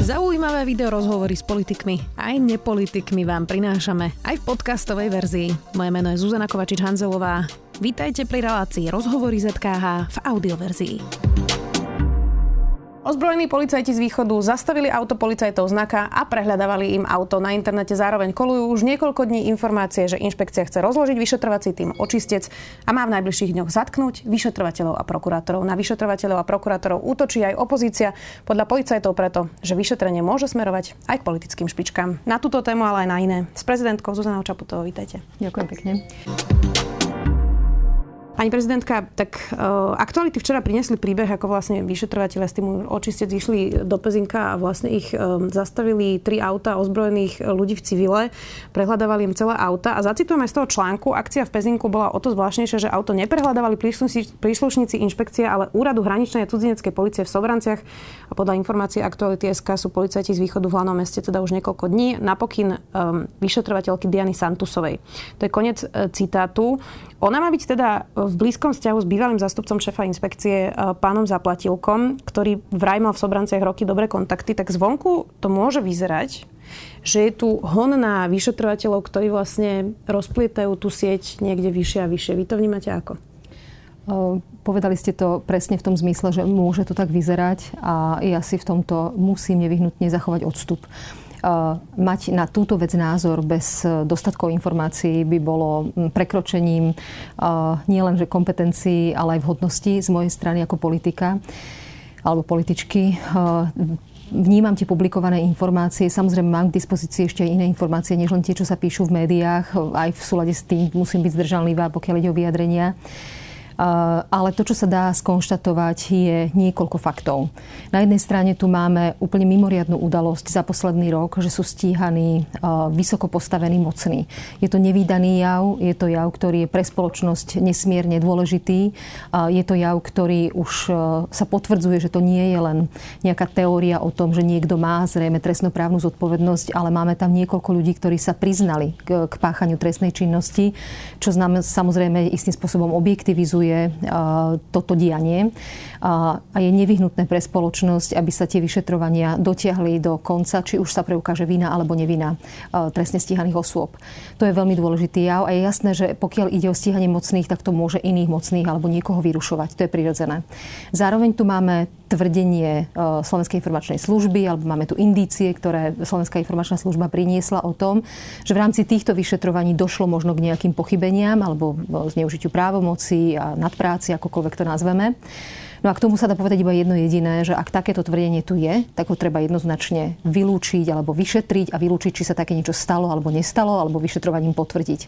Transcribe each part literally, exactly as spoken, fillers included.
Zaujímavé video rozhovory s politikmi aj nepolitikmi vám prinášame aj v podcastovej verzii. Moje meno je Zuzana Kovačič-Hanzelová. Vítajte pri relácii Rozhovory zet ká há v audioverzii. Ozbrojení policajti z východu zastavili auto policajtov znaka a prehľadávali im auto. Na internete zároveň kolujú už niekoľko dní informácie, že inšpekcia chce rozložiť vyšetrovací tím Očistec a má v najbližších dňoch zatknúť vyšetrovateľov a prokurátorov. Na vyšetrovateľov a prokurátorov útočí aj opozícia, podľa policajtov preto, že vyšetrenie môže smerovať aj k politickým špičkám. Na túto tému, ale aj na iné. S prezidentkou Zuzanou Čaputovou, vítajte. Ďakujem pekne. Pani prezidentka, tak uh, aktuality včera priniesli príbeh, ako vlastne vyšetrovatelia z týmu Očistec išli do Pezinka a vlastne ich um, zastavili tri auta ozbrojených ľudí v civile, prehľadávali im celé auta a zacitujem aj z toho článku, akcia v Pezinku bola o to zvláštnejšia, že auto neprehľadávali príslušníci inšpekcie, ale úradu hraničnej a cudzineckej polície v Sobranciach a podľa informácií Aktuality bodka es ká sú policajti z východu v hlavnom meste teda už niekoľko dní na pokyn um, vyšetrovateľky Diany Santusovej. To je koniec uh, citátu. Ona má byť teda v blízkom vzťahu s bývalým zástupcom šéfa inšpekcie pánom Zaplatilkom, ktorý vraj mal v Sobranciach roky dobré kontakty, tak zvonku to môže vyzerať, že je tu hon na vyšetrovateľov, ktorí vlastne rozplietajú tú sieť niekde vyššie a vyššie. Vy to vnímate ako? Povedali ste to presne v tom zmysle, že môže to tak vyzerať a ja si v tomto musím nevyhnutne zachovať odstup. Mať na túto vec názor bez dostatkov informácií by bolo prekročením nielenže kompetencií, ale aj vhodností z mojej strany ako politika alebo političky. Vnímam tie publikované informácie. Samozrejme mám k dispozícii ešte aj iné informácie, než len tie, čo sa píšu v médiách. Aj v súlade s tým musím byť zdržanlivá, pokiaľ ide o vyjadrenia. Ale to, čo sa dá skonštatovať, je niekoľko faktov. Na jednej strane tu máme úplne mimoriadnu udalosť za posledný rok, že sú stíhaní vysoko postavení mocní. Je to nevídaný jav, je to jav, ktorý je pre spoločnosť nesmierne dôležitý. Je to jav, ktorý už sa potvrdzuje, že to nie je len nejaká teória o tom, že niekto má zrejme trestnoprávnu zodpovednosť, ale máme tam niekoľko ľudí, ktorí sa priznali k, k páchaniu trestnej činnosti, čo znamená samozrejme istým spôsobom objektivizuje toto dianie a je nevyhnutné pre spoločnosť, aby sa tie vyšetrovania dotiahli do konca, či už sa preukáže vina alebo nevina trestne stíhaných osôb. To je veľmi dôležitý jav a je jasné, že pokiaľ ide o stíhanie mocných, tak to môže iných mocných alebo niekoho vyrušovať. To je prirodzené. Zároveň tu máme tvrdenie Slovenskej informačnej služby, alebo máme tu indície, ktoré Slovenská informačná služba priniesla o tom, že v rámci týchto vyšetrovaní došlo možno k nejakým pochybeniam alebo zneužitiu právomoci a nadpráci, akokoľvek to nazveme. No a k tomu sa dá povedať iba jedno jediné, že ak takéto tvrdenie tu je, tak ho treba jednoznačne vylúčiť alebo vyšetriť a vylúčiť, či sa také niečo stalo alebo nestalo, alebo vyšetrovaním potvrdiť.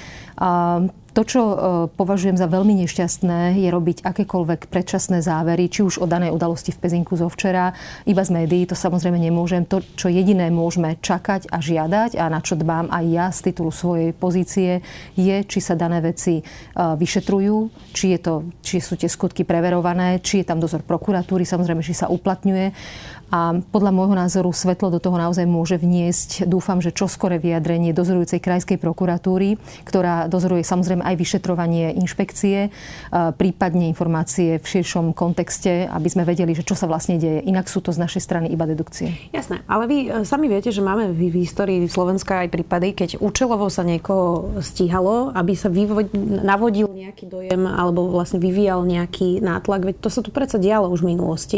A to, čo považujem za veľmi nešťastné, je robiť akékoľvek predčasné závery, či už o danej udalosti v Pezinku zo včera, iba z médií, to samozrejme nemôžem. To, čo jediné môžeme čakať a žiadať a na čo dbám aj ja z titulu svojej pozície, je, či sa dané veci vyšetrujú, či, je to, či sú tie skutky preverované, či je tam dozor prokuratúry, samozrejme, či sa uplatňuje. A podľa môjho názoru svetlo do toho naozaj môže vniesť, dúfam, že čoskore vyjadrenie dozorujúcej krajskej prokuratúry, ktorá dozoruje samozrejme aj vyšetrovanie inšpekcie, prípadne informácie v širšom kontexte, aby sme vedeli, že čo sa vlastne deje. Inak sú to z našej strany iba dedukcie. Jasné, ale vy sami viete, že máme v histórii Slovenska aj prípady, keď účelovo sa niekoho stíhalo, aby sa vyvod- navodil nejaký dojem alebo vlastne vyvíjal nejaký nátlak. Veď to sa tu predsa dialo už v minulosti.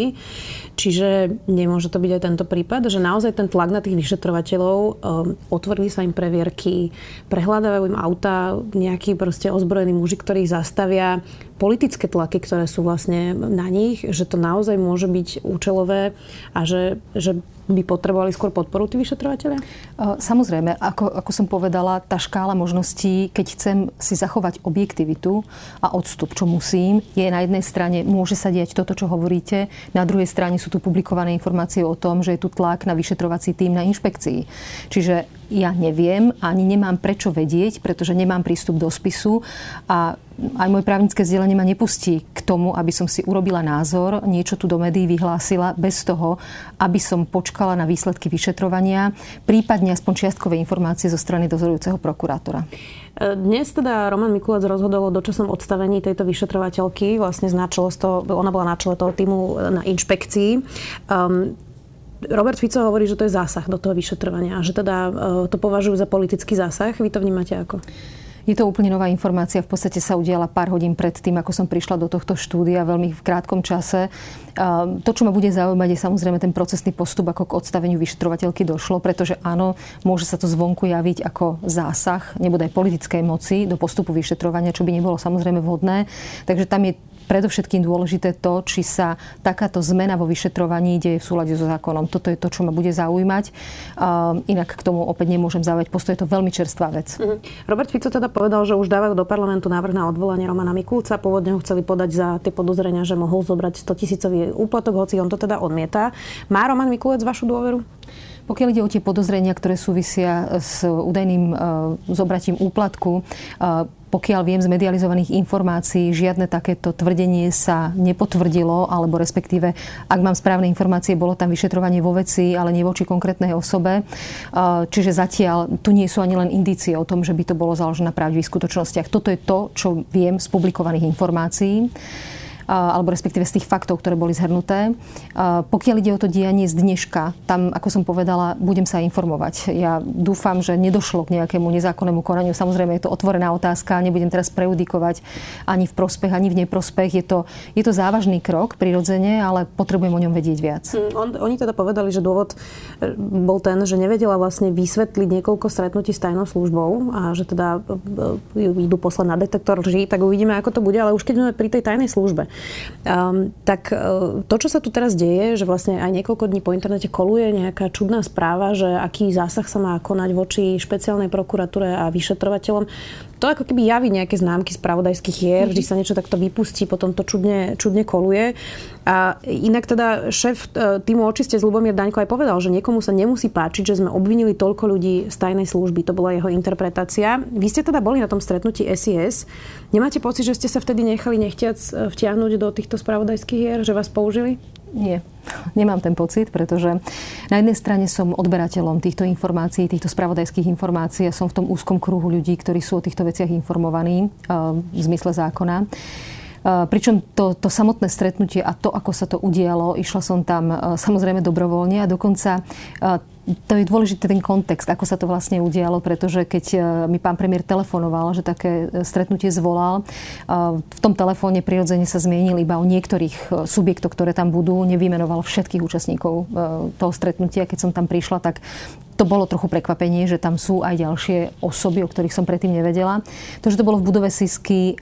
Čiže nemôže to byť aj tento prípad, že naozaj ten tlak na tých vyšetrovateľov, um, otvorili sa im previerky, prehľadávajú im auta nejakí proste ozbrojení muži, ktorí ich zastavia, politické tlaky, ktoré sú vlastne na nich, že to naozaj môže byť účelové a že, že by potrebovali skôr podporu tí vyšetrovateľia? Samozrejme, ako, ako som povedala, tá škála možností, keď chcem si zachovať objektivitu a odstup, čo musím, je na jednej strane, môže sa diať toto, čo hovoríte, na druhej strane sú tu publikované informácie o tom, že je tu tlak na vyšetrovací tím na inšpekcii. Čiže ja neviem, ani nemám prečo vedieť, pretože nemám prístup do spisu a aj moje právnické vzdelanie ma nepustí k tomu, aby som si urobila názor, niečo tu do médií vyhlásila bez toho, aby som počkala na výsledky vyšetrovania, prípadne aspoň čiastkové informácie zo strany dozorujúceho prokurátora. Dnes teda Roman Mikulec rozhodol o dočasnom odstavení tejto vyšetrovateľky, vlastne na čele z toho, ona bola na čele toho týmu na inšpekcii. Um, Robert Fico hovorí, že to je zásah do toho vyšetrovania a že teda to považujú za politický zásah. Vy to vnímate ako? Je to úplne nová informácia. V podstate sa udiala pár hodín pred tým, ako som prišla do tohto štúdia, veľmi v krátkom čase. To, čo ma bude zaujímať, je samozrejme ten procesný postup, ako k odstaveniu vyšetrovateľky došlo, pretože áno, môže sa to zvonku javiť ako zásah, nebude aj politickej moci do postupu vyšetrovania, čo by nebolo samozrejme vhodné. Takže tam je predovšetkým dôležité to, či sa takáto zmena vo vyšetrovaní deje v súlade so zákonom. Toto je to, čo ma bude zaujímať. Uh, inak k tomu opäť nemôžem zaujať postoj. Je to veľmi čerstvá vec. Uh-huh. Robert Fico teda povedal, že už dávajú do parlamentu návrh na odvolanie Romana Mikulca. Pôvodne ho chceli podať za tie podozrenia, že mohol zobrať stotisícový úplatok, hoci on to teda odmieta. Má Roman Mikulec vašu dôveru? Pokiaľ ide o tie podozrenia, ktoré súvisia s údajným uh, zobratím úplatku, uh, pokiaľ viem z medializovaných informácií, žiadne takéto tvrdenie sa nepotvrdilo, alebo respektíve, ak mám správne informácie, bolo tam vyšetrovanie vo veci, ale nie voči konkrétnej osobe. Uh, čiže zatiaľ tu nie sú ani len indície o tom, že by to bolo založené na pravdivých skutočnostiach. Toto je to, čo viem z publikovaných informácií, alebo respektíve z tých faktov, ktoré boli zhrnuté. Pokiaľ ide o to dianie z dneška, tam, ako som povedala, budem sa informovať. Ja dúfam, že nedošlo k nejakému nezákonnému konaniu. Samozrejme, je to otvorená otázka, nebudem teraz prejudikovať ani v prospech, ani v neprospech. Je to, je to závažný krok, prirodzene, ale potrebujem o ňom vedieť viac. On, oni teda povedali, že dôvod bol ten, že nevedela vlastne vysvetliť niekoľko stretnutí s tajnou službou a že teda idú poslať na detektor lží, tak uvidíme, ako to bude, ale už keď sme pri tej tajnej službe. Um, tak uh, to, čo sa tu teraz deje, že vlastne aj niekoľko dní po internete koluje nejaká čudná správa, že aký zásah sa má konať voči špeciálnej prokuratúre a vyšetrovateľom. To ako keby javí nejaké známky spravodajských hier, vždy sa niečo takto vypustí, potom to čudne, čudne koluje. A inak teda šéf týmu Očistec Ľubomír Daňko aj povedal, že niekomu sa nemusí páčiť, že sme obvinili toľko ľudí z tajnej služby. To bola jeho interpretácia. Vy ste teda boli na tom stretnutí es í es. Nemáte pocit, že ste sa vtedy nechali nechtiac vtiahnuť do týchto spravodajských hier, že vás použili? Nie, nemám ten pocit, pretože na jednej strane som odberateľom týchto informácií, týchto spravodajských informácií a som v tom úzkom kruhu ľudí, ktorí sú o týchto veciach informovaní v zmysle zákona. Pričom to, to samotné stretnutie a to, ako sa to udialo, išla som tam samozrejme dobrovoľne a dokonca to je dôležitý ten kontext, ako sa to vlastne udialo, pretože keď mi pán premiér telefonoval, že také stretnutie zvolal, v tom telefóne prirodzene sa zmienil iba o niektorých subjektoch, ktoré tam budú, nevymenoval všetkých účastníkov toho stretnutia. Keď som tam prišla, tak to bolo trochu prekvapenie, že tam sú aj ďalšie osoby, o ktorých som predtým nevedela. To, že to bolo v budove Sisky,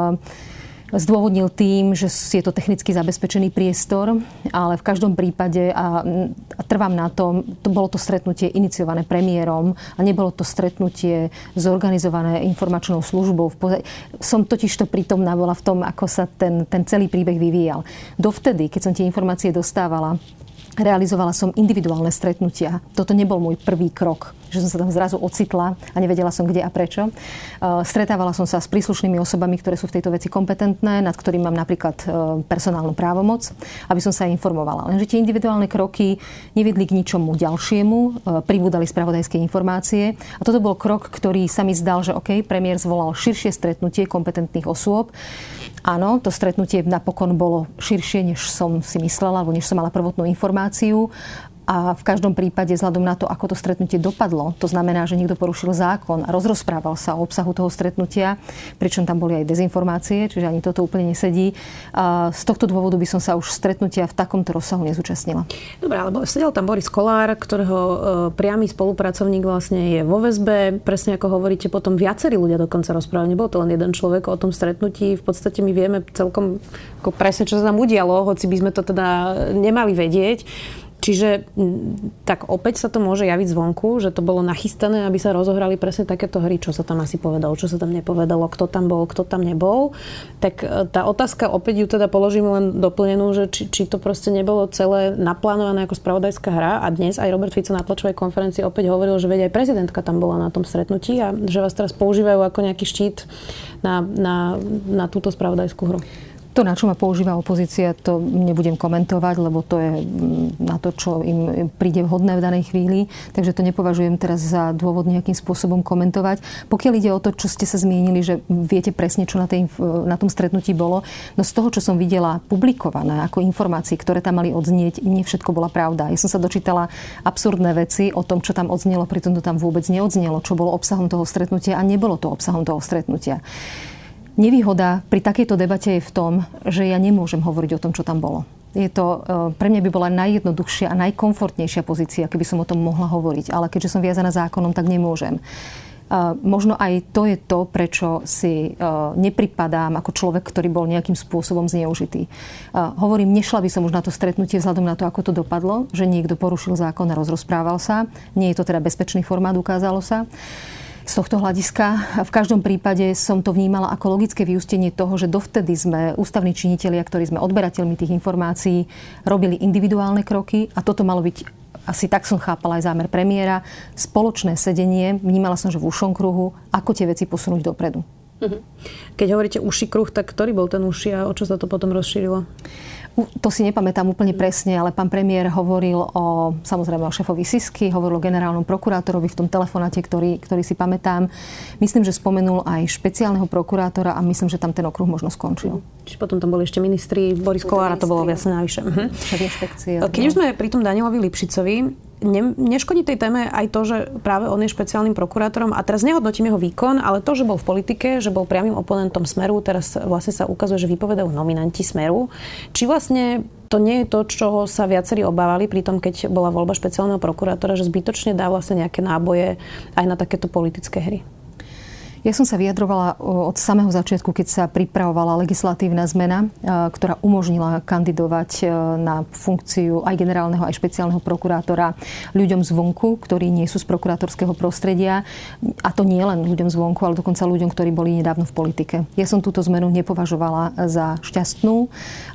zdôvodnil tým, že je to technicky zabezpečený priestor, ale v každom prípade, a, a trvám na tom, to bolo to stretnutie iniciované premiérom a nebolo to stretnutie zorganizované informačnou službou. Som totiž to prítomná bola v tom, ako sa ten, ten celý príbeh vyvíjal. Dovtedy, keď som tie informácie dostávala, realizovala som individuálne stretnutia. Toto nebol môj prvý krok, že som sa tam zrazu ocitla a nevedela som kde a prečo. Stretávala som sa s príslušnými osobami, ktoré sú v tejto veci kompetentné, nad ktorým mám napríklad personálnu právomoc, aby som sa informovala. Lenže tie individuálne kroky nevedli k ničomu ďalšiemu, pribúdali spravodajské informácie a toto bol krok, ktorý sa mi zdal, že OK, premiér zvolal širšie stretnutie kompetentných osôb. Áno, to stretnutie napokon bolo širšie, než som si myslela, alebo než som mala prvotnú informáciu. A v každom prípade, vzhľadom na to, ako to stretnutie dopadlo, to znamená, že niekto porušil zákon a rozrozprával sa o obsahu toho stretnutia, pričom tam boli aj dezinformácie, čiže ani toto úplne nesedí. A z tohto dôvodu by som sa už stretnutia v takomto rozsahu nezúčastnila. Dobre, ale sedel tam Boris Kollár, ktorého priamy spolupracovník vlastne je vo väzbe. Presne ako hovoríte, potom viacerí ľudia dokonca rozprávali. Nebol to len jeden človek o tom stretnutí. V podstate my vieme celkom ako presne, čo sa tam udialo, hoci by sme to teda nemali vedieť. Čiže tak opäť sa to môže javiť zvonku, že to bolo nachystané, aby sa rozohrali presne takéto hry, čo sa tam asi povedalo, čo sa tam nepovedalo, kto tam bol, kto tam nebol. Tak tá otázka, opäť ju teda položím len doplnenú, že či, či to proste nebolo celé naplánované ako spravodajská hra a dnes aj Robert Fico na tlačovej konferencii opäť hovoril, že veď aj prezidentka tam bola na tom stretnutí a že vás teraz používajú ako nejaký štít na, na, na túto spravodajskú hru. To, na čo ma používa opozícia, to nebudem komentovať, lebo to je na to, čo im príde vhodné v danej chvíli. Takže to nepovažujem teraz za dôvod nejakým spôsobom komentovať. Pokiaľ ide o to, čo ste sa zmienili, že viete presne, čo na, tej, na tom stretnutí bolo, no z toho, čo som videla publikované ako informácií, ktoré tam mali odznieť, nie všetko bola pravda. Ja som sa dočítala absurdné veci o tom, čo tam odznelo, pritom to tam vôbec neodznelo, čo bolo obsahom toho stretnutia a nebolo to obsahom toho stretnutia. Nevýhoda pri takejto debate je v tom, že ja nemôžem hovoriť o tom, čo tam bolo. Je to, pre mňa by bola najjednoduchšia a najkomfortnejšia pozícia, keby som o tom mohla hovoriť. Ale keďže som viazaná zákonom, tak nemôžem. Možno aj to je to, prečo si nepripadám ako človek, ktorý bol nejakým spôsobom zneužitý. Hovorím, nešla by som už na to stretnutie vzhľadom na to, ako to dopadlo, že niekto porušil zákon a rozrozprával sa. Nie je to teda bezpečný formát, ukázalo sa. Z tohto hľadiska v každom prípade som to vnímala ako logické vyústenie toho, že dovtedy sme ústavní činitelia, ktorí sme odberateľmi tých informácií, robili individuálne kroky a toto malo byť, asi tak som chápala aj zámer premiéra, spoločné sedenie, vnímala som, že v ušom kruhu, ako tie veci posunúť dopredu. Keď hovoríte uší kruh, tak ktorý bol ten uši a o čo sa to potom rozšírilo? To si nepamätám úplne presne, ale pán premiér hovoril o, samozrejme o šéfovi Sisky, hovoril o generálnom prokurátorovi v tom telefonáte, ktorý, ktorý si pamätám. Myslím, že spomenul aj špeciálneho prokurátora a myslím, že tam ten okruh možno skončil. Čiže potom tam boli ešte ministri, Boris Kollár, to bolo jasne navyše. Uh-huh. Keď už sme pri tom Danielovi Lipšicovi, ne, neškodí tej téme aj to, že práve on je špeciálnym prokurátorom a teraz nehodnotím jeho výkon, ale to, že bol v politike, že bol priamym oponentom Smeru, teraz vlastne sa ukazuje, že vypovedajú nominanti Smeru. Či vlastne to nie je to, čoho sa viacerí obávali pri tom, keď bola voľba špeciálneho prokurátora, že zbytočne dá vlastne nejaké náboje aj na takéto politické hry? Ja som sa vyjadrovala od samého začiatku, keď sa pripravovala legislatívna zmena, ktorá umožnila kandidovať na funkciu aj generálneho, aj špeciálneho prokurátora ľuďom zvonku, ktorí nie sú z prokurátorského prostredia. A to nie len ľuďom zvonku, ale dokonca ľuďom, ktorí boli nedávno v politike. Ja som túto zmenu nepovažovala za šťastnú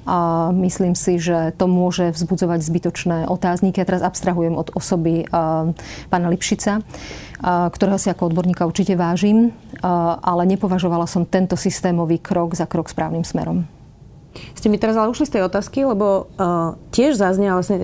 a myslím si, že to môže vzbudzovať zbytočné otázniky. Ja teraz abstrahujem od osoby pána Lipšica, ktorého si ako odborníka určite vážim, ale nepovažovala som tento systémový krok za krok správnym smerom. Ste mi teraz ale ušli z tej otázky, lebo uh, tiež zaznela vlastne,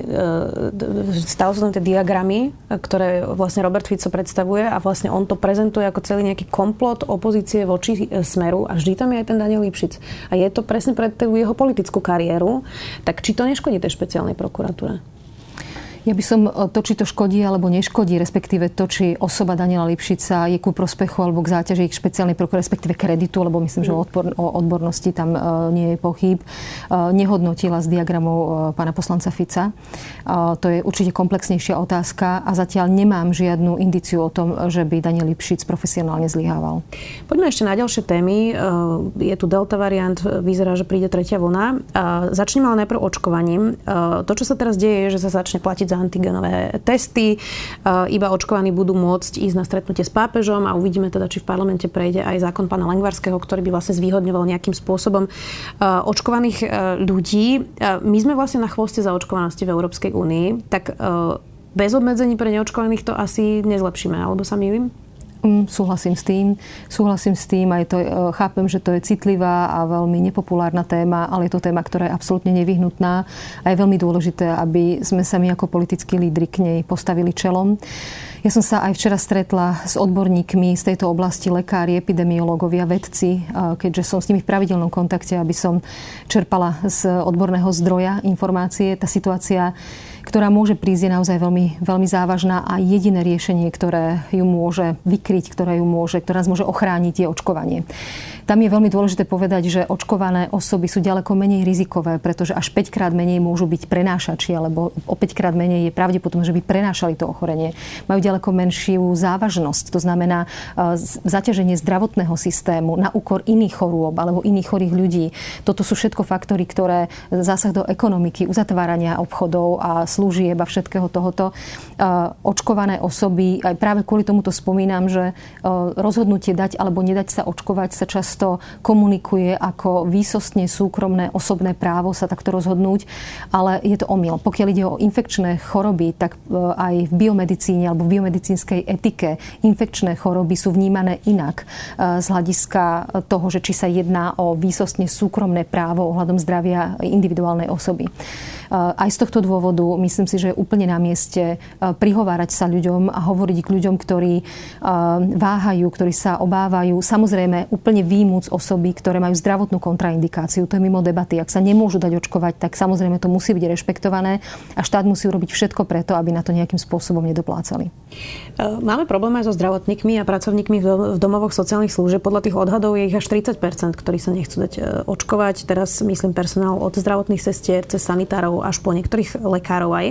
uh, stále sú tam tie diagramy, ktoré vlastne Robert Fico predstavuje a vlastne on to prezentuje ako celý nejaký komplot opozície voči Smeru a vždy tam je aj ten Daniel Lipšic. A je to presne pre tú jeho politickú kariéru, tak či to neškodí tej špeciálnej prokuratúre? Ja by som to, či to škodí alebo neškodí, respektíve to, či osoba Daniela Lipšica je ku prospechu alebo k záťaži ich špeciálnej prokuratúry, respektíve kreditu, lebo myslím, že o, odpor, o odbornosti tam nie je pochyb, nehodnotila z diagramov pána poslanca Fica. To je určite komplexnejšia otázka a zatiaľ nemám žiadnu indiciu o tom, že by Daniel Lipšic profesionálne zlyhával. Poďme ešte na ďalšie témy. Je tu delta variant, vyzerá, že príde tretia vlna. Začneme ale najprv očkovaním. To, čo sa teraz deje, je, že sa začne platiť za antigenové testy. Iba očkovaní budú môcť ísť na stretnutie s pápežom a uvidíme teda, či v parlamente prejde aj zákon pána Lengvarského, ktorý by vlastne zvýhodňoval nejakým spôsobom očkovaných ľudí. My sme vlastne na chvoste zaočkovanosti v Európskej únii, tak bez obmedzení pre neočkovaných to asi nezlepšíme, alebo sa mýlim? Súhlasím s tým. Súhlasím s tým. Aj to, chápem, že to je citlivá a veľmi nepopulárna téma, ale je to téma, ktorá je absolútne nevyhnutná a je veľmi dôležité, aby sme sa my ako politickí lídri k nej postavili čelom. Ja som sa aj včera stretla s odborníkmi z tejto oblasti, lekári, epidemiológovia, vedci, keďže som s nimi v pravidelnom kontakte, aby som čerpala z odborného zdroja informácie. Tá situácia, ktorá môže prísť, je naozaj veľmi, veľmi závažná a jediné riešenie, ktoré ju môže vykryť, ktoré ju môže, ktoré nás môže ochrániť, je očkovanie. Tam je veľmi dôležité povedať, že očkované osoby sú ďaleko menej rizikové, pretože až päťkrát menej môžu byť prenášači, alebo o päťkrát menej je pravdepodobné, že by prenášali to ochorenie. Majú ďaleko menšiu závažnosť, to znamená zaťaženie zdravotného systému na úkor iných chorôb alebo iných chorých ľudí. Toto sú všetko faktory, ktoré zásah do ekonomiky, uzatvárania obchodov a služieb a všetkého tohoto. Očkované osoby, aj práve kvôli tomuto spomínam, že že rozhodnutie dať alebo nedať sa očkovať sa často komunikuje ako výsostne súkromné osobné právo sa takto rozhodnúť, ale je to omyl. Pokiaľ ide o infekčné choroby, tak aj v biomedicíne alebo v biomedicínskej etike infekčné choroby sú vnímané inak z hľadiska toho, že či sa jedná o výsostne súkromné právo ohľadom zdravia individuálnej osoby. Aj z tohto dôvodu myslím si, že je úplne na mieste prihovárať sa ľuďom a hovoriť k ľuďom, ktorí váhajú, ktorí sa obávajú. Samozrejme, úplne výjmuc osoby, ktoré majú zdravotnú kontraindikáciu. To je mimo debaty. Ak sa nemôžu dať očkovať, tak samozrejme to musí byť rešpektované a štát musí urobiť všetko preto, aby na to nejakým spôsobom nedoplácali. Máme problém aj so zdravotníkmi a pracovníkmi v domovoch sociálnych služieb. Podľa tých odhadov je ich až tridsať percent, ktorí sa nechcú dať očkovať. Teraz myslím personál od zdravotných sestier cez sanitárov až po niektorých lekárov aj.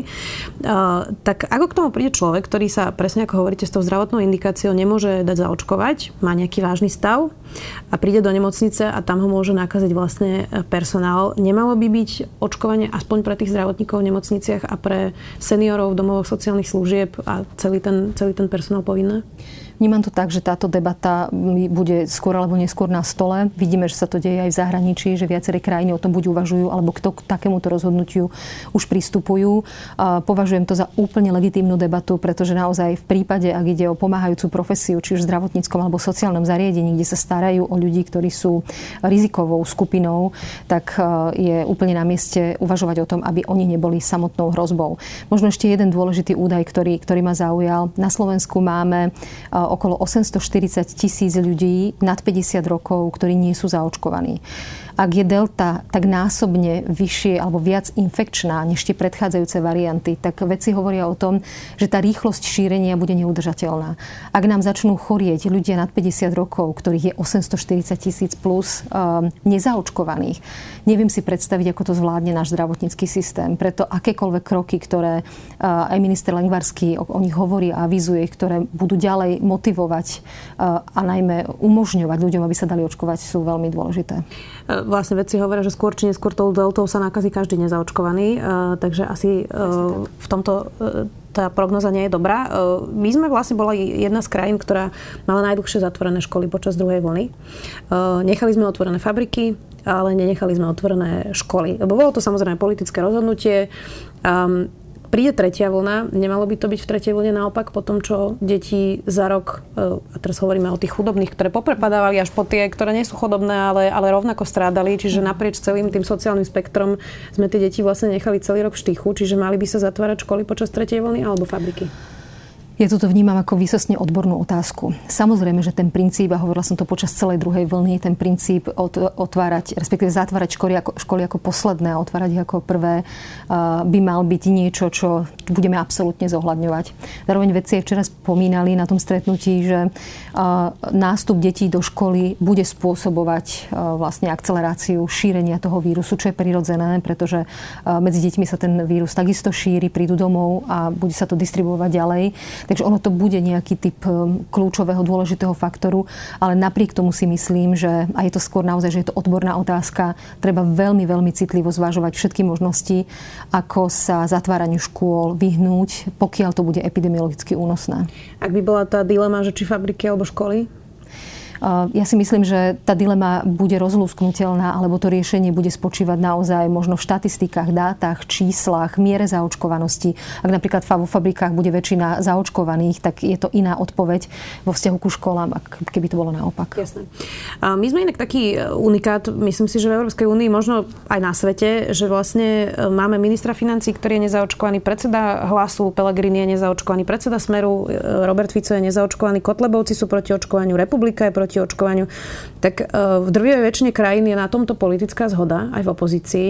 Uh, tak ako k tomu príde človek, ktorý sa presne ako hovoríte s tou zdravotnou indikáciou nemôže dať zaočkovať, má nejaký vážny stav a príde do nemocnice a tam ho môže nakaziť vlastne personál. Nemalo by byť očkovanie aspoň pre tých zdravotníkov v nemocniciach a pre seniorov v domovoch sociálnych služieb a celý ten, celý ten personál povinné? Vnímam to tak, že táto debata bude skôr alebo neskôr na stole. Vidíme, že sa to deje aj v zahraničí, že viaceré krajiny o tom buď uvažujú, alebo kto k takémuto rozhodnutiu už pristupujú. Považujem to za úplne legitímnu debatu, pretože naozaj v prípade, ak ide o pomáhajúcu profesiu, či už v zdravotníckom alebo sociálnom zariadení, kde sa starajú o ľudí, ktorí sú rizikovou skupinou, tak je úplne na mieste uvažovať o tom, aby oni neboli samotnou hrozbou. Možno ešte jeden dôležitý údaj, ktorý, ktorý ma zaujal. Na Slovensku máme okolo osemstoštyridsať tisíc ľudí nad päťdesiat rokov, ktorí nie sú zaočkovaní. Ak je delta tak násobne vyššie alebo viac infekčná než tie predchádzajúce varianty, tak vedci hovoria o tom, že tá rýchlosť šírenia bude neudržateľná. Ak nám začnú chorieť ľudia nad päťdesiat rokov, ktorých je osemstoštyridsať tisíc plus um, nezaočkovaných, neviem si predstaviť, ako to zvládne náš zdravotnícky systém. Preto akékoľvek kroky, ktoré uh, aj minister Lengvarský o, o nich hovorí a avizuje, ktoré budú ďalej motivovať uh, a najmä umožňovať ľuďom, aby sa dali očkovať, sú veľmi dôležité. Vlastne vedci hovoria, že skôr či neskôr tou deltou sa nakazí každý nezaočkovaný, takže asi v tomto tá prognoza nie je dobrá. My sme vlastne bola jedna z krajín, ktorá mala najdlhšie zatvorené školy počas druhej vlny. Nechali sme otvorené fabriky, ale nenechali sme otvorené školy. Lebo bolo to samozrejme politické rozhodnutie. Príde tretia vlna, nemalo by to byť v tretej vlne naopak po tom, čo deti za rok, a teraz hovoríme o tých chudobných, ktoré poprepadávali až po tie, ktoré nie sú chudobné, ale, ale rovnako strádali, čiže naprieč celým tým sociálnym spektrom sme tie deti vlastne nechali celý rok v štychu, čiže mali by sa zatvárať školy počas tretej vlny alebo fabriky? Ja toto vnímam ako výsostne odbornú otázku. Samozrejme, že ten princíp, a hovorila som to počas celej druhej vlny, ten princíp otvárať, respektíve zatvárať školy ako, školy ako posledné a otvárať ich ako prvé, by mal byť niečo, čo budeme absolútne zohľadňovať. Zároveň vedci aj včera spomínali na tom stretnutí, že nástup detí do školy bude spôsobovať vlastne akceleráciu šírenia toho vírusu, čo je prirodzené, pretože medzi deťmi sa ten vírus takisto šíri, prídu domov a bude sa to distribuovať ďalej. Takže ono to bude nejaký typ kľúčového, dôležitého faktoru, ale napriek tomu si myslím, že, a je to skôr naozaj, že je to odborná otázka, treba veľmi, veľmi citlivo zvažovať všetky možnosti, ako sa zatváraniu škôl vyhnúť, pokiaľ to bude epidemiologicky únosné. Ak by bola tá dilema, že či fabriky alebo školy? Ja si myslím, že tá dilema bude rozlúsknutelná, alebo to riešenie bude spočívať naozaj možno v štatistikách, dátach, číslach, miere zaočkovanosti. Ak napríklad vo fabrikách bude väčšina zaočkovaných, tak je to iná odpoveď vo vzťahu ku školám, keby to bolo naopak. Jasné. My sme inak taký unikát, myslím si, že v Európskej únii, možno aj na svete, že vlastne máme ministra financií, ktorý je nezaočkovaný, predseda Hlasu Pellegrini je nezaočkovaný, predseda Smeru Robert Fico je nezaočkovaný, Kotlebovci sú proti očkovaniu, Republika je proti očkovaniu. Tak v drvivej väčšine krajín je na tomto politická zhoda, aj v opozícii.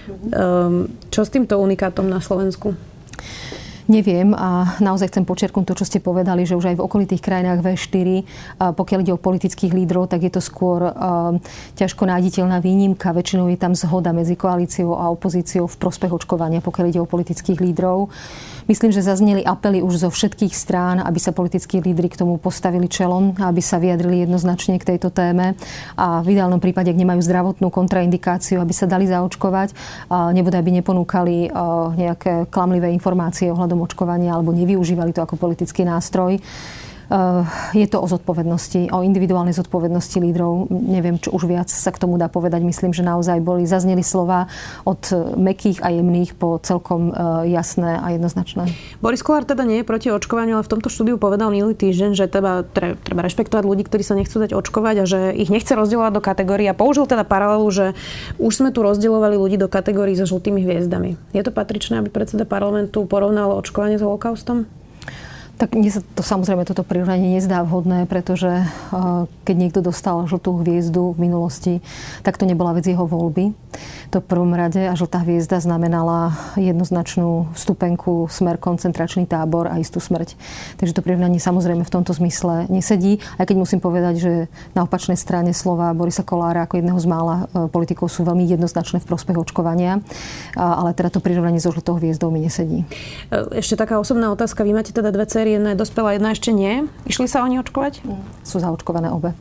Čo s týmto unikátom na Slovensku? Neviem a naozaj chcem podčiarknúť to, čo ste povedali, že už aj v okolitých krajinách vé štyri, pokiaľ ide o politických lídrov, tak je to skôr ťažko nájditeľná výnimka. Väčšinou je tam zhoda medzi koalíciou a opozíciou v prospech očkovania, pokiaľ ide o politických lídrov. Myslím, že zazneli apely už zo všetkých strán, aby sa politickí lídri k tomu postavili čelom, aby sa vyjadrili jednoznačne k tejto téme a v ideálnom prípade, ak nemajú zdravotnú kontraindikáciu, aby sa dali zaočkovať, nebude, aby neponúkali nejaké klamlivé informácie ohľadom očkovania alebo nevyužívali to ako politický nástroj. Je to o zodpovednosti, o individuálnej zodpovednosti lídrov. Neviem, čo už viac sa k tomu dá povedať. Myslím, že naozaj boli, zazneli slova od mäkkých a jemných po celkom jasné a jednoznačné. Boris Kollár teda nie je proti očkovaniu, ale v tomto štúdiu povedal minulý týždeň, že treba, treba rešpektovať ľudí, ktorí sa nechcú dať očkovať a že ich nechce rozdielovať do kategórií. A použil teda paralelu, že už sme tu rozdielovali ľudí do kategórií so žltými hviezdami. Je to patričné, aby predseda parlamentu porovnal očkovanie s holokaustom? Tak mne sa to samozrejme toto prirovnanie nezdá vhodné, pretože keď niekto dostal žltú hviezdu v minulosti, tak to nebola vec jeho voľby. To v prvom rade a žltá hviezda znamenala jednoznačnú vstupenku, smer koncentračný tábor a istú smrť. Takže to prirovnanie samozrejme v tomto zmysle nesedí. Aj keď musím povedať, že na opačnej strane slova Borisa Kollára ako jedného z mála politikov sú veľmi jednoznačné v prospech očkovania. Ale teda to prirovnanie so žltou hviezdou mi nesedí. Ešte taká osobná otázka. Vy máte teda dve céry, jedna je dospelá, jedna ešte nie. Išli sa oni očkovať? Sú zaočkované obe.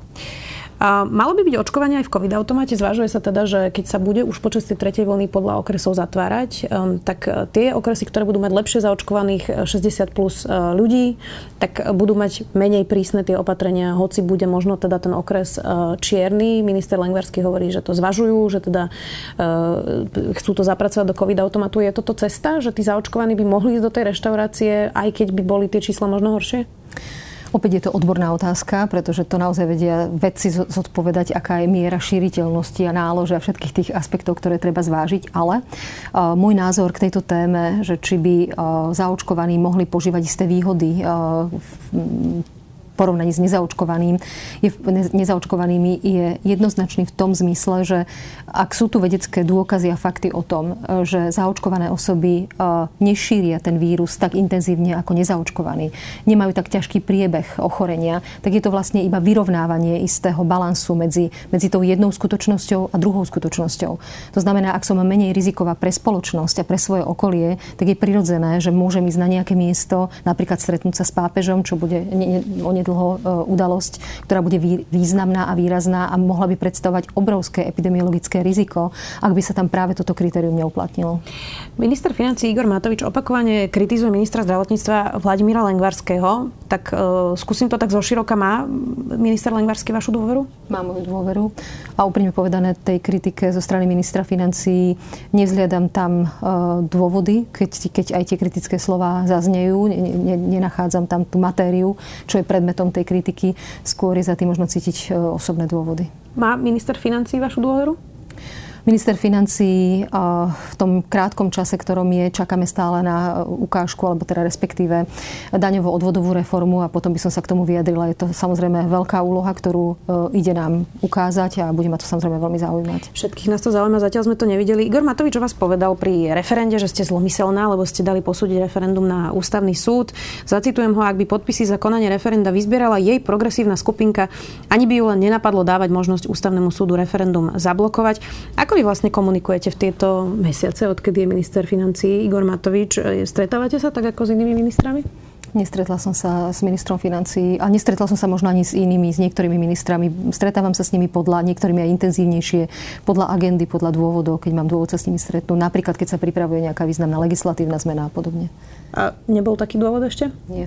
A malo by byť očkovanie aj v COVID-automate? Zvažuje sa teda, že keď sa bude už počas tej tretej vlny podľa okresov zatvárať, um, tak tie okresy, ktoré budú mať lepšie zaočkovaných šesťdesiat plus uh, ľudí, tak budú mať menej prísne tie opatrenia, hoci bude možno teda ten okres uh, čierny. Minister Lengvarský hovorí, že to zvažujú, že teda uh, chcú to zapracovať do COVID-automatu. Je toto cesta, že tí zaočkovaní by mohli ísť do tej reštaurácie, aj keď by boli tie čísla možno horšie? Opäť je to odborná otázka, pretože to naozaj vedia vedci zodpovedať, aká je miera šíriteľnosti a nálože a všetkých tých aspektov, ktoré treba zvážiť. Ale uh, môj názor k tejto téme, že či by uh, zaočkovaní mohli požívať isté výhody uh, v, porovnaní s nezaočkovaným, je, nezaočkovanými je jednoznačný v tom zmysle, že ak sú tu vedecké dôkazy a fakty o tom, že zaočkované osoby nešíria ten vírus tak intenzívne ako nezaočkovaní, nemajú tak ťažký priebeh ochorenia, tak je to vlastne iba vyrovnávanie istého balansu medzi, medzi tou jednou skutočnosťou a druhou skutočnosťou. To znamená, ak som menej riziková pre spoločnosť a pre svoje okolie, tak je prirodzené, že môžem ísť na nejaké miesto, napríklad stretnúť sa s pápežom, čo bude ne, ne, dlho udalosť, ktorá bude významná a výrazná a mohla by predstavovať obrovské epidemiologické riziko, ak by sa tam práve toto kritérium neuplatnilo. Minister financií Igor Matovič opakovane kritizuje ministra zdravotníctva Vladimíra Lengvarského. Tak uh, skúsim to tak zoširoka. Má minister Lengvarský vašu dôveru? Má moju dôveru. A úprimne povedané, tej kritike zo strany ministra financií nevzliadam tam uh, dôvody, keď, keď aj tie kritické slová zaznejú. Ne, ne, nenachádzam tam tú matériu, čo je predmet tom tej kritiky, skôr je za tým možno cítiť osobné dôvody. Má minister financií vašu dôveru? Minister financií v tom krátkom čase, ktorom je, čakáme stále na ukážku, alebo teda respektíve daňovo-odvodovú reformu a potom by som sa k tomu vyjadrila. Je to samozrejme veľká úloha, ktorú ide nám ukázať a bude ma to samozrejme veľmi zaujímať. Všetkých nás to zaujíma, zatiaľ sme to nevideli. Igor Matovič o vás povedal pri referende, že ste zlomyselná, lebo ste dali posúdiť referendum na ústavný súd. Zacitujem ho, ak by podpisy za konanie referenda vyzbierala jej progresívna skupinka, ani by ju len nenapadlo dávať možnosť ústavnému súdu referendum zablokovať. Ako vy vlastne komunikujete v tieto mesiace, odkedy je minister financií Igor Matovič? Stretávate sa tak ako s inými ministrami? Nestretla som sa s ministrom financií a nestretla som sa možno ani s inými, s niektorými ministrami. Stretávam sa s nimi podľa, niektorými aj intenzívnejšie, podľa agendy, podľa dôvodov, keď mám dôvod sa s nimi stretnúť. Napríklad, keď sa pripravuje nejaká významná legislatívna zmena a podobne. A nebol taký dôvod ešte? Nie.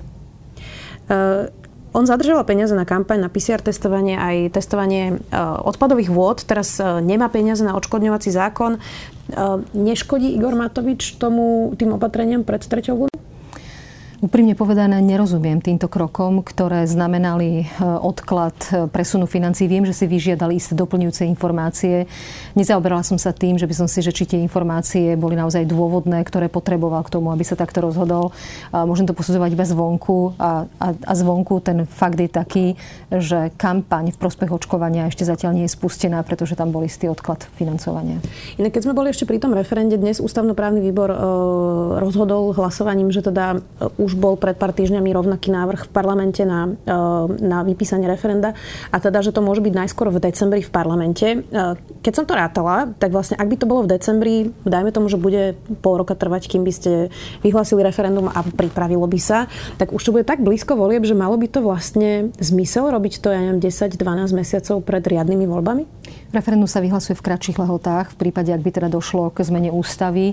Uh, On zadržal peniaze na kampaň, na pé cé er testovanie, aj testovanie odpadových vôd. Teraz nemá peniaze na odškodňovací zákon. Neškodí Igor Matovič tomu, tým opatreniam pred treťou vlnou? Úprimne povedané, nerozumiem týmto krokom, ktoré znamenali odklad presunu financií. Viem, že si vyžiadali isté doplňujúce informácie. Nezaoberala som sa tým, že by som si, že či tie informácie boli naozaj dôvodné, ktoré potreboval k tomu, aby sa takto rozhodol. Môžem to posudzovať iba zvonku a, a, a zvonku ten fakt je taký, že kampaň v prospech očkovania ešte zatiaľ nie je spustená, pretože tam bol istý odklad financovania. Inak keď sme boli ešte pri tom referende, dnes ústavnoprávny výbor e, rozhodol hlasovaním, že teda e, už bol pred pár týždňami rovnaký návrh v parlamente na, na vypísanie referenda a teda, že to môže byť najskôr v decembri v parlamente. keď som to rátala, tak vlastne ak by to bolo v decembri, dajme tomu, že bude pol roka trvať, kým by ste vyhlásili referendum a pripravilo by sa, tak už to bude tak blízko volieb, že malo by to vlastne zmysel robiť to, ja neviem, desať dvanásť mesiacov pred riadnymi voľbami? Referendum sa vyhlasuje v kratších lehotách v prípade, ak by teda došlo k zmene ústavy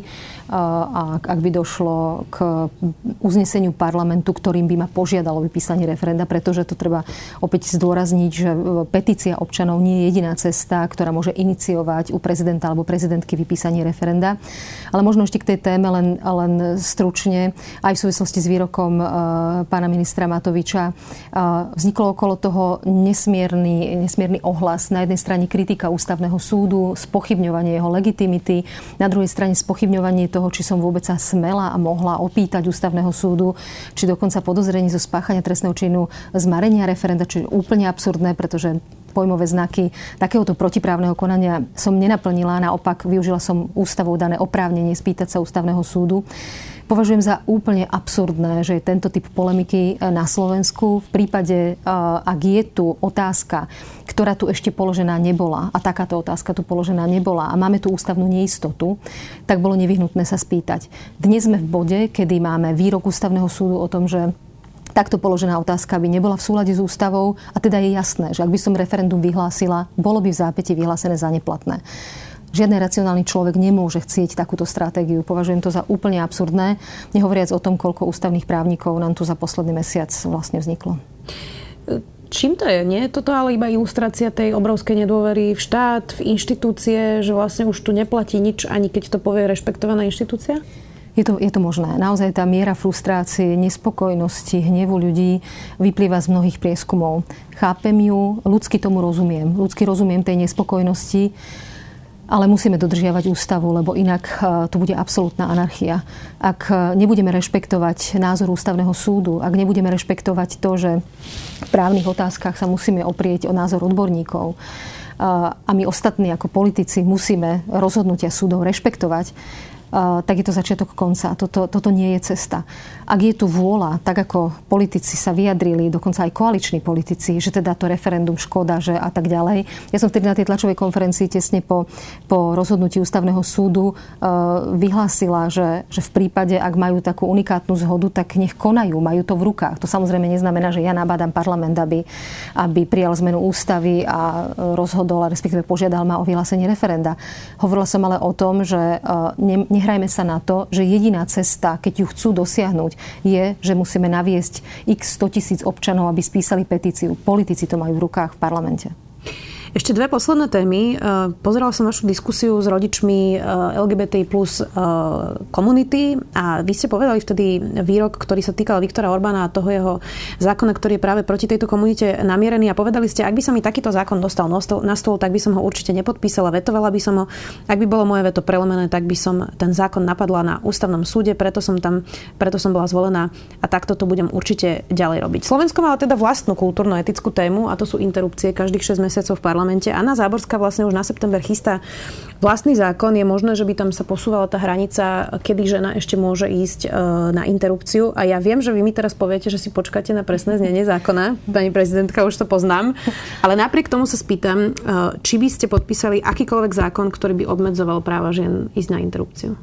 a ak by došlo k uzneseniu parlamentu, ktorým by ma požiadalo vypísanie referenda, pretože to treba opäť zdôrazniť, že petícia občanov nie je jediná cesta, ktorá môže iniciovať u prezidenta alebo prezidentky vypísanie referenda. Ale možno ešte k tej téme len, len stručne, aj v súvislosti s výrokom pána ministra Matoviča. Vzniklo okolo toho nesmierny, nesmierny ohlas. Na jednej strane kritika ústavného súdu, spochybňovanie jeho legitimity, na druhej strane spochybňovanie toho, či som vôbec sa smela a mohla opýtať ústavného súdu, či dokonca podozrenie zo spáchania trestného činu zmarenia referenda, čo je úplne absurdné, pretože pojmové znaky takéhoto protiprávneho konania som nenaplnila, naopak využila som ústavou dané oprávnenie spýtať sa ústavného súdu. Považujem za úplne absurdné, že je tento typ polemiky na Slovensku. V prípade, ak je tu otázka, ktorá tu ešte položená nebola, a takáto otázka tu položená nebola, a máme tu ústavnú neistotu, tak bolo nevyhnutné sa spýtať. Dnes sme v bode, kedy máme výrok ústavného súdu o tom, že takto položená otázka by nebola v súlade s ústavou, a teda je jasné, že ak by som referendum vyhlásila, bolo by v zápäti vyhlásené za neplatné. Žiadny racionálny človek nemôže chcieť takúto stratégiu. Považujem to za úplne absurdné, nehovoriac o tom, koľko ústavných právnikov nám tu za posledný mesiac vlastne vzniklo. Čím to je? Nie je toto ale iba ilustrácia tej obrovskej nedôvery v štát, v inštitúcie, že vlastne už tu neplatí nič, ani keď to povie rešpektovaná inštitúcia? Je to, je to možné. Naozaj tá miera frustrácie, nespokojnosti, hnevu ľudí vyplýva z mnohých prieskumov. Chápem ju, ľudsky tomu rozumiem. Ľudsky rozumiem tej nespokojnosti, ale musíme dodržiavať ústavu, lebo inak tu bude absolútna anarchia. Ak nebudeme rešpektovať názor ústavného súdu, ak nebudeme rešpektovať to, že v právnych otázkach sa musíme oprieť o názor odborníkov a my ostatní ako politici musíme rozhodnutia súdov rešpektovať, tak je to začiatok konca. Toto, toto nie je cesta. Ak je tu vôľa, tak ako politici sa vyjadrili, dokonca aj koaliční politici, že teda to referendum škoda, že a tak ďalej. Ja som vtedy na tej tlačovej konferencii tesne po, po rozhodnutí ústavného súdu vyhlásila, že, že v prípade, ak majú takú unikátnu zhodu, tak nech konajú, majú to v rukách. To samozrejme neznamená, že ja nabádam parlament, aby, aby prijal zmenu ústavy a rozhodol, a respektíve požiadal ma o vyhlásenie referenda. Hovorila som ale o tom, že ne, nehrajme sa na to, že jediná cesta, keď ju chcú dosiahnuť, je, že musíme naviesť x sto tisíc občanov, aby spísali petíciu. Politici to majú v rukách v parlamente. Ešte dve posledné témy. Pozerala som vašu diskusiu s rodičmi el gé bé té í plus komunity a vy ste povedali vtedy výrok, ktorý sa týkal Viktora Orbána a toho jeho zákona, ktorý je práve proti tejto komunite namierený, a povedali ste, ak by sa mi takýto zákon dostal na stôl, na stôl, tak by som ho určite nepodpísala, vetovala by som ho. Ak by bolo moje veto prelomené, tak by som ten zákon napadla na ústavnom súde, preto som tam, preto som bola zvolená a takto to budem určite ďalej robiť. Slovensko má teda vlastnú kultúrno-etickú tému, a to sú interrupcie každých šesť mesiacov v parlamente. Anna Záborská vlastne už na september chystá vlastný zákon. Je možné, že by tam sa posúvala tá hranica, kedy žena ešte môže ísť na interrupciu. A ja viem, že vy mi teraz poviete, že si počkáte na presné znenie zákona. Pani prezidentka, už to poznám. Ale napriek tomu sa spýtam, či by ste podpísali akýkoľvek zákon, ktorý by obmedzoval práva žien ísť na interrupciu.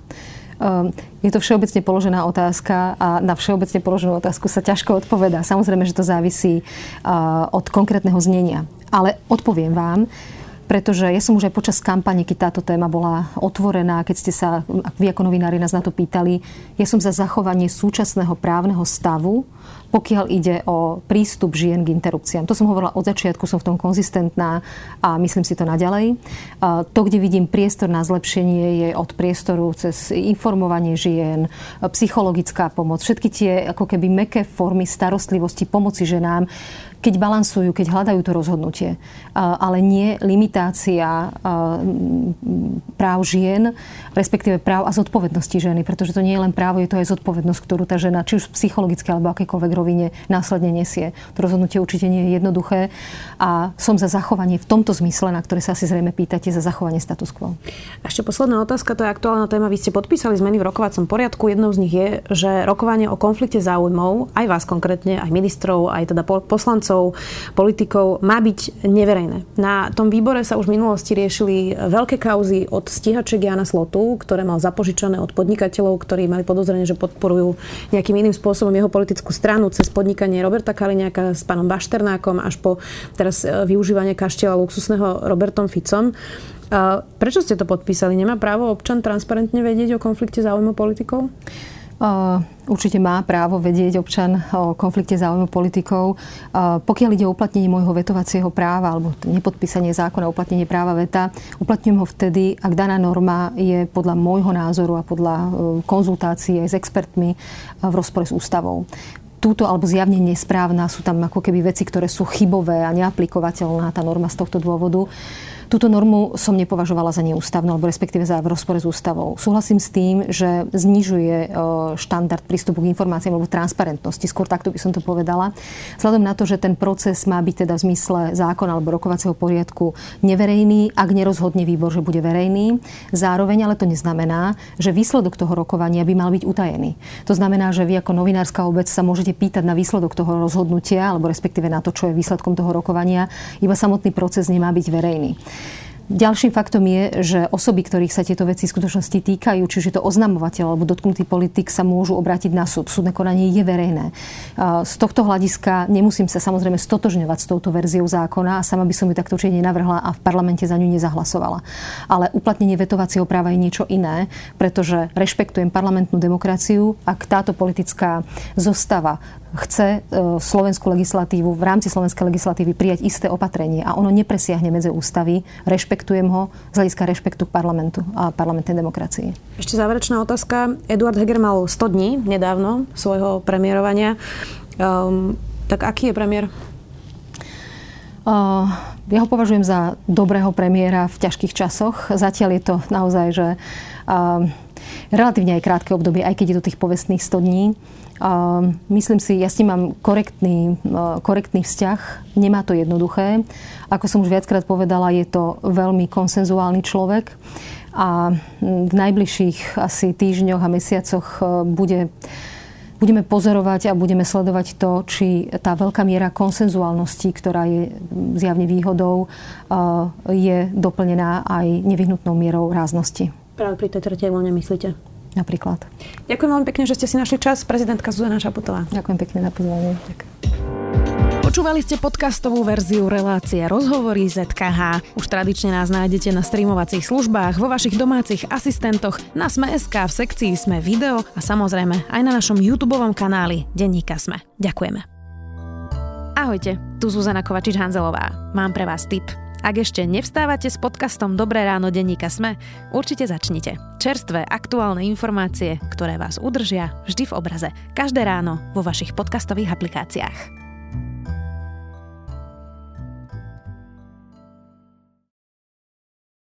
Je to všeobecne položená otázka a na všeobecne položenú otázku sa ťažko odpovedá. Samozrejme, že to závisí od konkrétneho znenia. Ale odpoviem vám, pretože ja som už aj počas kampane, keď táto téma bola otvorená, keď ste sa, ak vy ako novinári nás na to pýtali, ja som za zachovanie súčasného právneho stavu, pokiaľ ide o prístup žien k interrupciám. To som hovorila od začiatku, som v tom konzistentná a myslím si to naďalej. To, kde vidím priestor na zlepšenie, je od priestoru cez informovanie žien, psychologická pomoc, všetky tie ako keby mäkké formy starostlivosti, pomoci ženám, keď balansujú, keď hľadajú to rozhodnutie. Ale nie limitácia práv žien, respektíve práv a zodpovednosti ženy, pretože to nie je len právo, je to aj zodpovednosť, ktorú tá žena, či už psychologické alebo akékoľvek rovine, následne nesie. To rozhodnutie určite nie je jednoduché a som za zachovanie v tomto zmysle, na ktoré sa asi zrejme pýtate, za zachovanie status quo. Ešte posledná otázka, to je aktuálna téma. Vy ste podpísali zmeny v rokovacom poriadku. Jednou z nich je, že rokovanie o konflikte záujmov, aj vás konkrétne, aj ministrov, aj teda poslancov, politikov, má byť neverejné. Na tom výbore Smer sa už v minulosti riešili veľké kauzy od stíhačiek Jána Slotu, ktoré mal zapožičané od podnikateľov, ktorí mali podozrenie, že podporujú nejakým iným spôsobom jeho politickú stranu, cez podnikanie Roberta Kaliňáka s pánom Bašternákom až po teraz využívanie kaštieľa luxusného Robertom Ficom. Prečo ste to podpísali? Nemá právo občan transparentne vedieť o konflikte záujmov politikov? Uh, určite má právo vedieť občan o konflikte záujmov politikov. Uh, pokiaľ ide o uplatnenie môjho vetovacieho práva alebo nepodpísanie zákona o uplatnenie práva veta, uplatňujem ho vtedy, ak daná norma je podľa môjho názoru a podľa uh, konzultácií aj s expertmi uh, v rozpore s ústavou. Túto alebo zjavne nesprávna, sú tam ako keby veci, ktoré sú chybové a neaplikovateľná tá norma z tohto dôvodu. Túto normu som nepovažovala za neústavnú, alebo respektíve za v rozpore s ústavou. Súhlasím s tým, že znižuje štandard prístupu k informáciám alebo transparentnosti. Skôr takto by som to povedala. Vzhľadom na to, že ten proces má byť teda v zmysle zákona alebo rokovacieho poriadku neverejný, ak nerozhodne výbor, že bude verejný. Zároveň ale to neznamená, že výsledok toho rokovania by mal byť utajený. To znamená, že vy ako novinárska obec sa môžete pýtať na výsledok toho rozhodnutia, alebo respektíve na to, čo je výsledkom toho rokovania, iba samotný proces nemá byť verejný. Ďalším faktom je, že osoby, ktorých sa tieto veci v skutočnosti týkajú, čiže to oznamovateľ alebo dotknutý politik, sa môžu obrátiť na súd. Súdne konanie je verejné. Z tohto hľadiska nemusím sa samozrejme stotožňovať s touto verziou zákona a sama by som ju takto určite nenavrhla a v parlamente za ňu nezahlasovala. Ale uplatnenie vetovacieho práva je niečo iné, pretože rešpektujem parlamentnú demokraciu, ak táto politická zostava chce slovenskú legislatívu, v rámci slovenskej legislatívy prijať isté opatrenie a ono nepresiahne medze ústavy, rešpektujem ho z hľadiska rešpektu k parlamentu a parlamentnej demokracii. Ešte záverečná otázka. Eduard Heger mal sto dní nedávno svojho premiérovania. Um, tak aký je premiér? Uh, ja ho považujem za dobrého premiéra v ťažkých časoch. Zatiaľ je to naozaj, že uh, relatívne aj krátke obdobie, aj keď je to tých povestných sto dní. Uh, myslím si, ja s tým mám korektný, uh, korektný vzťah. Nemá to jednoduché. Ako som už viackrát povedala, je to veľmi konsenzuálny človek a v najbližších asi týždňoch a mesiacoch uh, bude, budeme pozorovať a budeme sledovať to, či tá veľká miera konsenzuálnosti, ktorá je zjavne výhodou, uh, je doplnená aj nevyhnutnou mierou ráznosti. Práve pri tej tretej vlne myslíte? Napríklad. Ďakujem veľmi pekne, že ste si našli čas. Prezidentka Zuzana Čaputová. Ďakujem pekne za pozvanie. Počúvali ste podcastovú verziu relácie Rozhovory zet ká há. Už tradične nás nájdete na streamovacích službách, vo vašich domácich asistentoch, na Sme bodka es ká v sekcii Sme video a samozrejme aj na našom YouTubeovom kanáli Denníka Sme. Ďakujeme. Ahojte, tu Zuzana Kovačič-Hanzelová. Mám pre vás tip. Ak ešte nevstávate s podcastom Dobré ráno denníka Sme, určite začnite. Čerstvé, aktuálne informácie, ktoré vás udržia vždy v obraze. Každé ráno vo vašich podcastových aplikáciách.